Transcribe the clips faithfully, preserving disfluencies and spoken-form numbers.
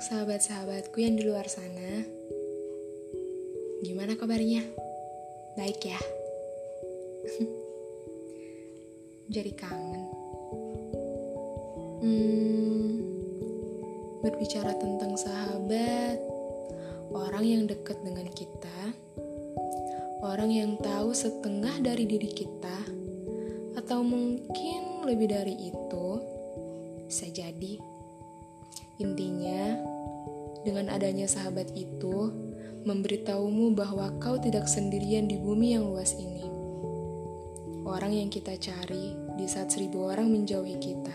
sahabat-sahabatku yang di luar sana, gimana kabarnya? Baik ya? Jadi kangen. Hmm, berbicara tentang sahabat, orang yang dekat dengan kita, orang yang tahu setengah dari diri kita, atau mungkin lebih dari itu, bisa jadi. Intinya, dengan adanya sahabat itu, memberitahumu bahwa kau tidak sendirian di bumi yang luas ini. Orang yang kita cari di saat seribu orang menjauhi kita.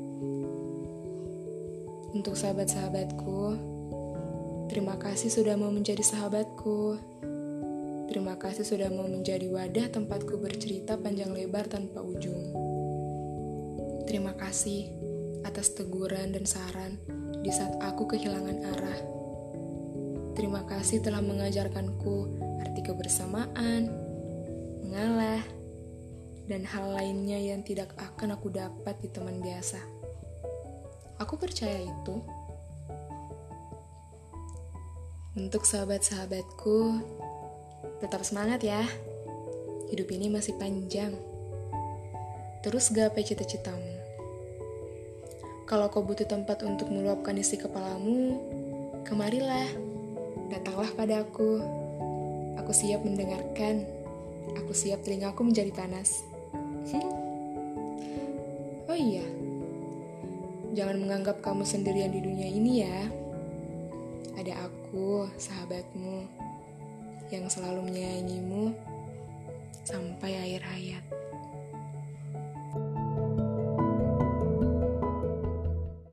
Untuk sahabat-sahabatku, terima kasih sudah mau menjadi sahabatku. Terima kasih sudah mau menjadi wadah tempatku bercerita panjang lebar tanpa ujung. Terima kasih atas teguran dan saran di saat aku kehilangan arah. Terima kasih telah mengajarkanku arti kebersamaan, mengalah, dan hal lainnya yang tidak akan aku dapat di teman biasa. Aku percaya itu. Untuk sahabat-sahabatku, tetap semangat ya. Hidup ini masih panjang. Terus gapai cita-citamu. Kalau kau butuh tempat untuk meluapkan isi kepalamu, kemarilah, datanglah padaku. Aku siap mendengarkan. Aku siap telingaku menjadi panas. Oh iya, jangan menganggap kamu sendirian di dunia ini ya. Ada aku, sahabatmu, yang selalu menyayangimu